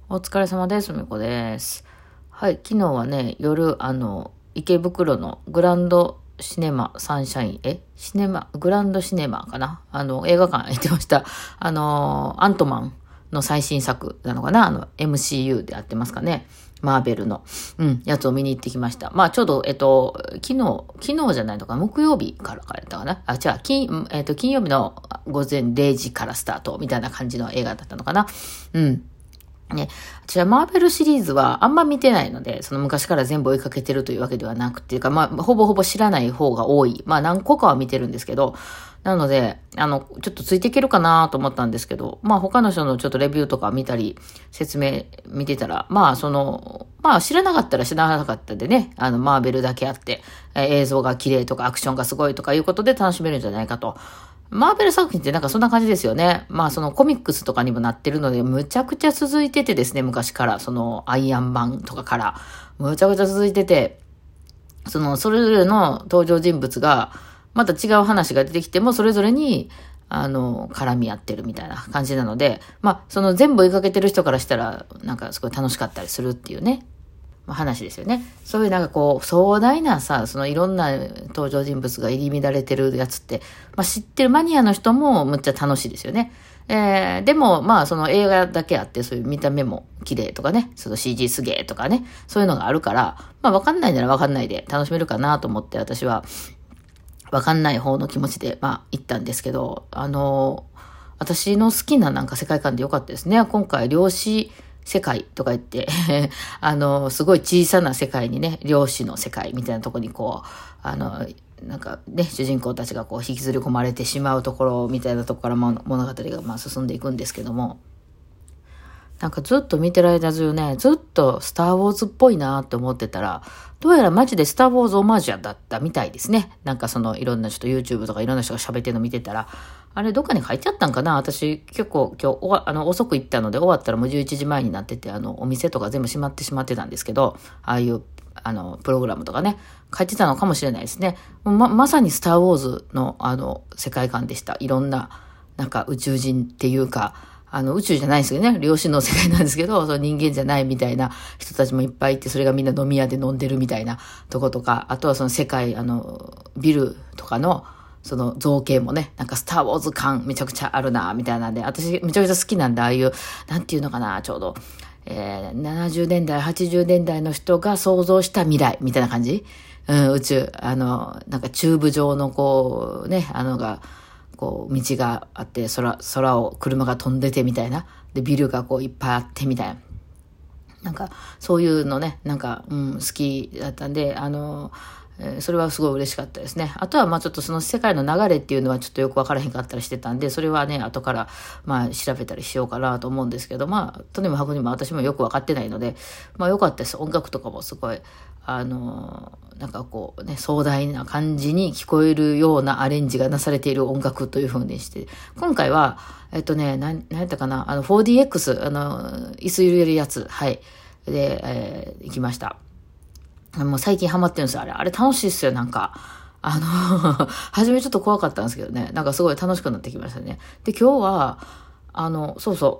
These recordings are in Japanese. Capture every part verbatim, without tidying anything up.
お疲れ様です。みこです。はい、昨日はね、夜、あの、池袋のグランドシネマサンシャイン、えシネマ、グランドシネマかなあの、映画館行ってました。あの、アントマンの最新作なのかなあの、エムシーユー でやってますかね。マーベルの、うん、やつを見に行ってきました。まあ、ちょうど、えっと、昨日、昨日じゃないのか、木曜日からかやったかなあ、違う、金、えっと、金曜日の午前れいじからスタートみたいな感じの映画だったのかなうん。ね、私はマーベルシリーズはあんま見てないので、その昔から全部追いかけてるというわけではなくていうか、まあ、ほぼほぼ知らない方が多い。まあ、何個かは見てるんですけど、なので、あの、ちょっとついていけるかなと思ったんですけど、まあ、他の人のちょっとレビューとか見たり、説明見てたら、まあ、その、まあ、知らなかったら知らなかったでね、あの、マーベルだけあって、えー映像が綺麗とかアクションがすごいとかいうことで楽しめるんじゃないかと。マーベル作品ってなんかそんな感じですよね。まあそのコミックスとかにもなってるので、むちゃくちゃ続いててですね、昔から、そのアイアンマンとかから、むちゃくちゃ続いてて、そのそれぞれの登場人物が、また違う話が出てきても、それぞれに、あの、絡み合ってるみたいな感じなので、まあその全部追いかけてる人からしたら、なんかすごい楽しかったりするっていうね。話ですよね。そういうなんかこう壮大なさ、そのいろんな登場人物が入り乱れてるやつって、まあ知ってるマニアの人もむっちゃ楽しいですよね。えー、でもまあその映画だけあってそういう見た目も綺麗とかね、その シージー すげーとかね、そういうのがあるから、まあわかんないならわかんないで楽しめるかなと思って私はわかんない方の気持ちでまあ行ったんですけど、あのー、私の好きななんか世界観でよかったですね。今回量子世界とか言ってあの、すごい小さな世界にね、量子の世界みたいなところにこう、あの、なんかね、主人公たちがこう引きずり込まれてしまうところみたいなところから物語がまあ進んでいくんですけども、なんかずっと見てる間中ね、ずっとスターウォーズっぽいなって思ってたら、どうやらマジでスターウォーズオマージュだったみたいですね。なんかそのいろんな人 YouTube とかいろんな人が喋ってるの見てたら、あれどっかに書いてあったんかな私結構今日おわあの遅く行ったので終わったらもうじゅういちじまえになってて、あのお店とか全部閉まってしまってたんですけど、ああいうあのプログラムとかね、書いてたのかもしれないですね。ま、まさにスターウォーズのあの世界観でした。いろんななんか宇宙人っていうか、あの宇宙じゃないですけどね、量子の世界なんですけど、その人間じゃないみたいな人たちもいっぱいいて、それがみんな飲み屋で飲んでるみたいなとことか、あとはその世界、あの、ビルとかの、その造形もね、なんかスターウォーズ感めちゃくちゃあるな、みたいなんで、私めちゃくちゃ好きなんで、ああいう、なんていうのかな、ちょうど、えー、ななじゅうねんだい、はちじゅうねんだいの人が想像した未来、みたいな感じうん、宇宙、あの、なんかチューブ状のこう、ね、あのが、こう、道があって、空、空を車が飛んでてみたいな。で、ビルがこういっぱいあってみたいな。なんか、そういうのね、なんか、うん、好きだったんで、あの、えーそれはすごい嬉しかったですね。あとは、まあちょっとその世界の流れっていうのはちょっとよくわからへんかったりしてたんで、それはね、後から、まあ調べたりしようかなと思うんですけど、まあ、とにもかくにも私もよくわかってないので、まあよかったです。音楽とかもすごい、あの、なんかこうね、壮大な感じに聞こえるようなアレンジがなされている音楽という風にして、今回は、えっとね、なん、なんやったかな、あの フォーディーエックス、あの、椅子揺れるやつ、はい。で、えー行きました。もう最近ハマってるんですよ。あれ、あれ楽しいっすよ、なんか。あの初めちょっと怖かったんですけどね。なんかすごい楽しくなってきましたね。で、今日は、あの、そうそう。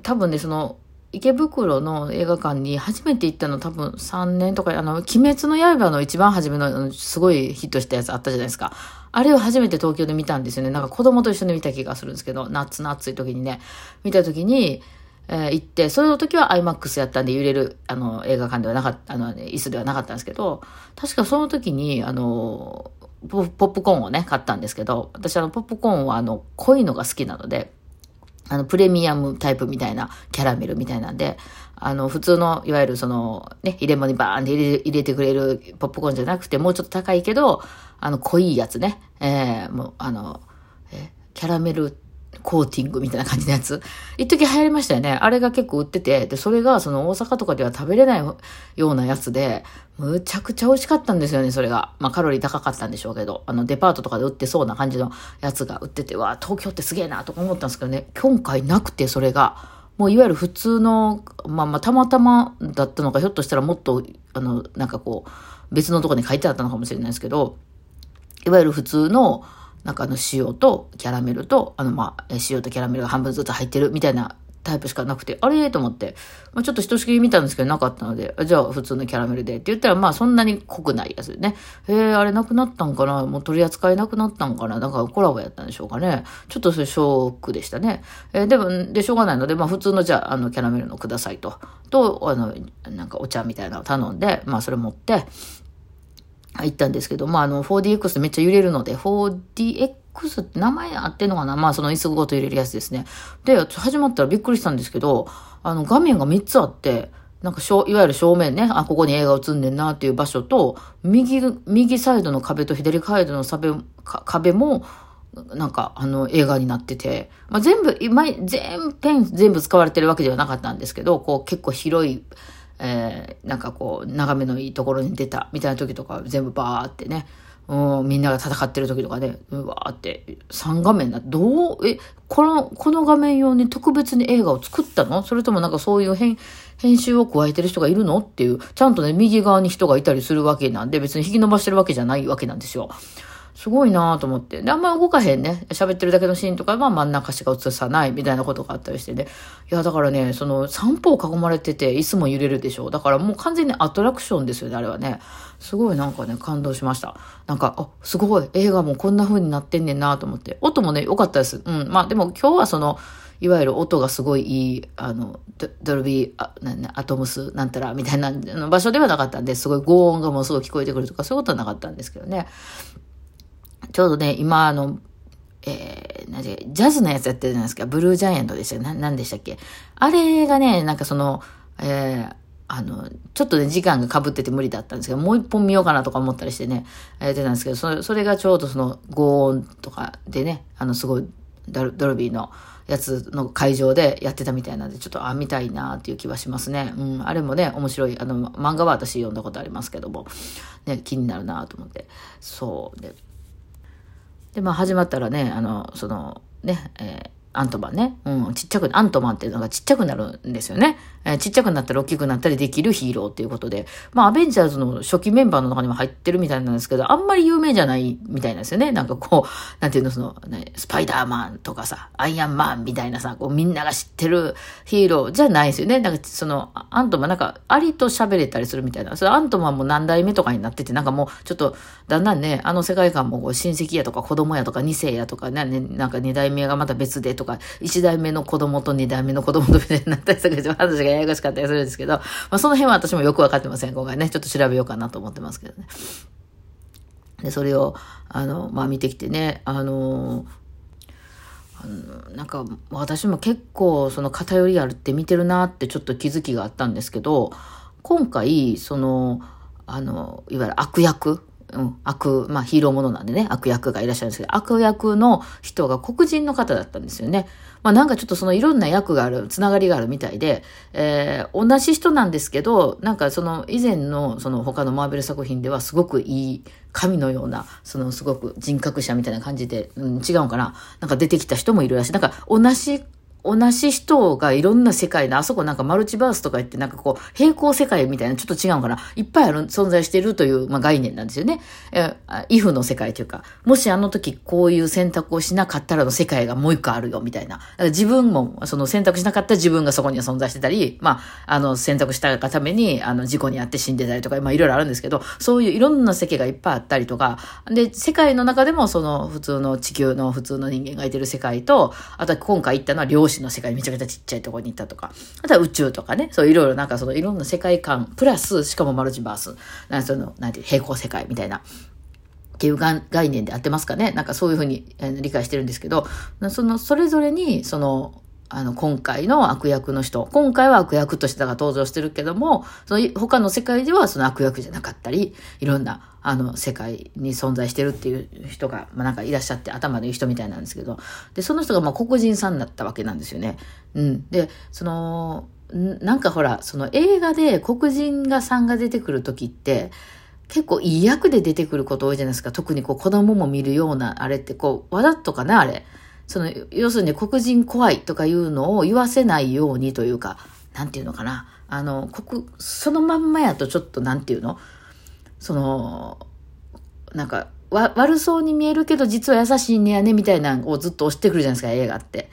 多分ね、その、池袋の映画館に初めて行ったの多分さんねんとか、あの、鬼滅の刃の一番初めのあのすごいヒットしたやつあったじゃないですか。あれを初めて東京で見たんですよね。なんか子供と一緒に見た気がするんですけど、夏の暑い時にね、見た時に、えー行って、その時は アイマックス やったんで揺れる、あの、映画館ではなかった、あの、椅子ではなかったんですけど、確かその時に、あの、ポポップコーンをね、買ったんですけど、私あの、ポップコーンはあの、濃いのが好きなので、あの、プレミアムタイプみたいな、キャラメルみたいなんで、あの、普通の、いわゆるその、ね、入れ物にバーンって入れ入れてくれるポップコーンじゃなくて、もうちょっと高いけど、あの、濃いやつね、えー、もう、あの、えキャラメルコーティングみたいな感じのやつ。一時流行りましたよね。あれが結構売ってて、で、それがその大阪とかでは食べれないようなやつで、むちゃくちゃ美味しかったんですよね、それが。まあカロリー高かったんでしょうけど、あのデパートとかで売ってそうな感じのやつが売ってて、わあ、東京ってすげえなとか思ったんですけどね、今回なくてそれが。もういわゆる普通の、まあまあたまたまだったのか、ひょっとしたらもっと、あの、なんかこう、別のところに書いてあったのかもしれないですけど、いわゆる普通の、なんかあの塩とキャラメルと、あのまあ、塩とキャラメルが半分ずつ入ってるみたいなタイプしかなくて、あれと思って、まあ、ちょっとひとしきり見たんですけどなかったので、じゃあ普通のキャラメルでって言ったら、まあそんなに濃くないやつでね。えー、あれなくなったんかな、もう取り扱いなくなったんかな、なんかコラボやったんでしょうかね。ちょっとそれショックでしたね。えー、でも、で、しょうがないので、まあ普通のじゃあ、あの、キャラメルのくださいと。と、あの、なんかお茶みたいなのを頼んで、まあそれ持って、行ったんですけど、まああの、フォーディーエックス でめっちゃ揺れるので、フォーディーエックス って名前あってんのかな、まあその椅子ごと入れるやつですね。で、始まったらびっくりしたんですけど、あの、画面がみっつあって、なんかしょ、いわゆる正面ね、あ、ここに映画映んねんなっていう場所と、右、右サイドの壁と左サイドの壁、壁も、なんか、あの、映画になってて、まあ、全部、今、全編全部使われてるわけではなかったんですけど、こう、結構広い、えー、なんかこう、眺めのいいところに出た、みたいな時とか、全部バーってね、うん、みんなが戦ってる時とかね、うわーって、さん画面だ。どう、え、この、この画面用に特別に映画を作ったの？それともなんかそういう編、編集を加えてる人がいるのっていう、ちゃんとね、右側に人がいたりするわけなんで、別に引き伸ばしてるわけじゃないわけなんですよ。すごいなぁと思って。で、あんま動かへんね。喋ってるだけのシーンとかは真ん中しか映さないみたいなことがあったりしてね。いや、だからね、その三方囲まれてて椅子も揺れるでしょ。だからもう完全にアトラクションですよね、あれはね。すごいなんかね、感動しました。なんか、あ、すごい。映画もこんな風になってんねんなぁと思って。音もね、良かったです。うん。まあでも今日はその、いわゆる音がすごいいい、あの、ド, ドルビー、あ、ななアトムスなんたらみたいな場所ではなかったんで、すごい轟音がもうすごい聞こえてくるとか、そういうことはなかったんですけどね。ちょうどね、今、あの、えー、なんで、ジャズのやつやってるじゃないですか。ブルージャイアントでしたよ。な、なんでしたっけ。あれがね、なんかその、えー、あの、ちょっとね、時間が被ってて無理だったんですけど、もう一本見ようかなとか思ったりしてね、やってたんですけど、それ、それがちょうどその、轟音とかでね、あの、すごい、ドル、ドルビーのやつの会場でやってたみたいなんで、ちょっと、あ、見たいなっていう気はしますね。うん、あれもね、面白い。あの、漫画は私読んだことありますけども、ね、気になるなと思って。そうで。で、まあ始まったらね、あの、その、ね、えー、アントマンね、うん、ちっちゃく、アントマンっていうのがちっちゃくなるんですよね。えー、ちっちゃくなったり大きくなったりできるヒーローっていうことで、まあアベンジャーズの初期メンバーの中にも入ってるみたいなんですけど、あんまり有名じゃないみたいなんですよね。なんかこう、なんていうの、その、ね、スパイダーマンとかさ、アイアンマンみたいなさ、こうみんなが知ってるヒーローじゃないですよね。なんかその、アントマンなんか、ありと喋れたりするみたいな。それアントマンも何代目とかになってて、なんかもうちょっと、だんだんね、あの世界観もこう親戚やとか子供やとか二世やとかね、なんか二代目がまた別でとか、一代目の子供と二代目の子供とみたいになったりとか、話がややこしかったりするんですけど、まあその辺は私もよくわかってません。今回ね、ちょっと調べようかなと思ってますけどね。で、それを、あの、まあ見てきてね、あの、あのなんか私も結構その偏りあるって見てるなってちょっと気づきがあったんですけど、今回、その、あの、いわゆる悪役、うん、悪、まあヒーローものなんでね、悪役がいらっしゃるんですけど、悪役の人が黒人の方だったんですよね。まあなんかちょっとそのいろんな役がある、つながりがあるみたいで、えー、同じ人なんですけど、なんかその以前のその他のマーベル作品ではすごくいい神のような、そのすごく人格者みたいな感じで、うん、違うのかな、なんか出てきた人もいるらしい。なんか同じ同じ人がいろんな世界の、あそこなんかマルチバースとか言ってなんかこう平行世界みたいなちょっと違うかな、いっぱいある存在しているという、まあ、概念なんですよね。えー、イフの世界というか、もしあの時こういう選択をしなかったらの世界がもう一個あるよみたいな。だから自分もその選択しなかった自分がそこには存在してたり、まああの選択したがためにあの事故に遭って死んでたりとか、まあいろいろあるんですけど、そういういろんな世界がいっぱいあったりとか、で世界の中でもその普通の地球の普通の人間がいてる世界と、あとは今回行ったのは漁師の世界、めちゃくちゃちっちゃいところに行ったとか、あとは宇宙とかね、そういろいろなんかそのいろんな世界観プラス、しかもマルチバース、なんそのなんていう平行世界みたいなっていう概念で合ってますかね。なんかそういうふうに理解してるんですけど、そのそれぞれにそのあの今回の悪役の人、今回は悪役としてが登場してるけども、その他の世界ではその悪役じゃなかったり、いろんなあの世界に存在してるっていう人が、まあ、なんかいらっしゃって、頭のいい人みたいなんですけど、でその人がまあ黒人さんだったわけなんですよね。うん、でそのなんかほら、その映画で黒人がさんが出てくる時って結構いい役で出てくること多いじゃないですか。特にこう子供も見るようなあれってこうわざとかな、あれ。その要するに黒人怖いとかいうのを言わせないようにというか、なんていうのかな、あの黒そのまんまやとちょっとなんていうの、そのなんかわ悪そうに見えるけど実は優しいねやねみたいなのをずっと押してくるじゃないですか、映画って。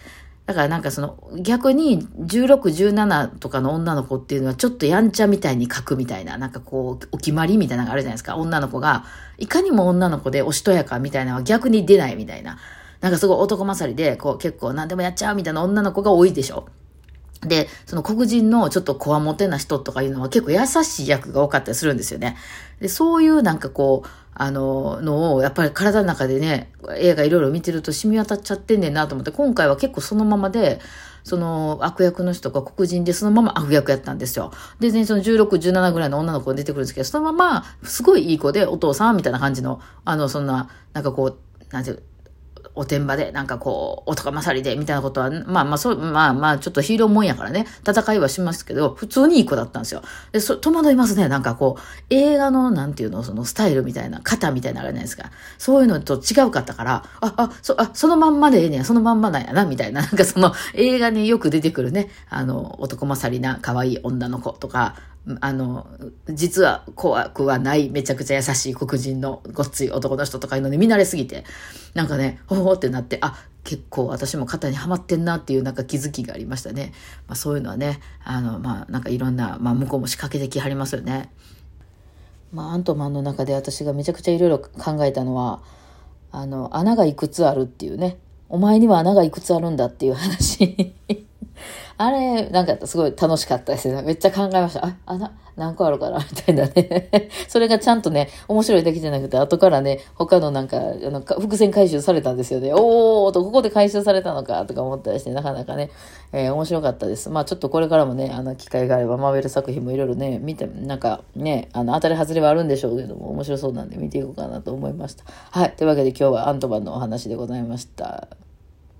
だからなんかその逆にじゅうろく、じゅうななとかの女の子っていうのはちょっとやんちゃみたいに書くみたいな、なんかこうお決まりみたいなのがあるじゃないですか。女の子がいかにも女の子でおしとやかみたいなのは逆に出ないみたいな。なんかすごい男勝りでこう結構何でもやっちゃうみたいな女の子が多いでしょ。で、その黒人のちょっとこわもてな人とかいうのは結構優しい役が多かったりするんですよね。で、そういうなんかこう、あの、のを、やっぱり体の中でね、映画いろいろ見てると染み渡っちゃってんねんなと思って、今回は結構そのままで、その悪役の人が黒人でそのまま悪役やったんですよ。で、ね、そのじゅうろく、じゅうななぐらいの女の子が出てくるんですけど、そのまま、すごいいい子で、お父さんみたいな感じの、あの、そんな、なんかこう、なんていう、おてんばで、なんかこう、男勝りで、みたいなことは、まあまあ、そう、まあまあ、ちょっとヒーローもんやからね、戦いはしますけど、普通にいい子だったんですよ。で、そ、戸惑いますね。なんかこう、映画の、なんていうの、そのスタイルみたいな、型みたいなのあるじゃないですか。そういうのと違うかったから、あ、あ、そ、あ、そのまんまでええねや、そのまんまなんやな、みたいな。なんかその、映画によく出てくるね、あの、男勝りな可愛い女の子とか、あの、実は怖くはない、めちゃくちゃ優しい黒人のごっつい男の人とかいうのに見慣れすぎて、なんかね、ほほほってなって、あ、結構私も肩にはまってんなっていうなんか気づきがありましたね。まあそういうのはね、あの、まあなんかいろんな、まあ向こうも仕掛けてきはりますよね。まあアントマンの中で私がめちゃくちゃいろいろ考えたのは、あの、穴がいくつあるっていうね、お前には穴がいくつあるんだっていう話。あれ、なんかすごい楽しかったですね。めっちゃ考えました。あ、あな、何個あるかなみたいなね。それがちゃんとね、面白いだけじゃなくて、後からね、他のなんか、あの、伏線回収されたんですよね。おーと、ここで回収されたのか、とか思ったりして、なかなかね、えー、面白かったです。まあちょっとこれからもね、あの、機会があれば、マーベル作品もいろいろね、見て、なんかね、あの、当たり外れはあるんでしょうけども、面白そうなんで見ていこうかなと思いました。はい。というわけで今日はアントマンのお話でございました。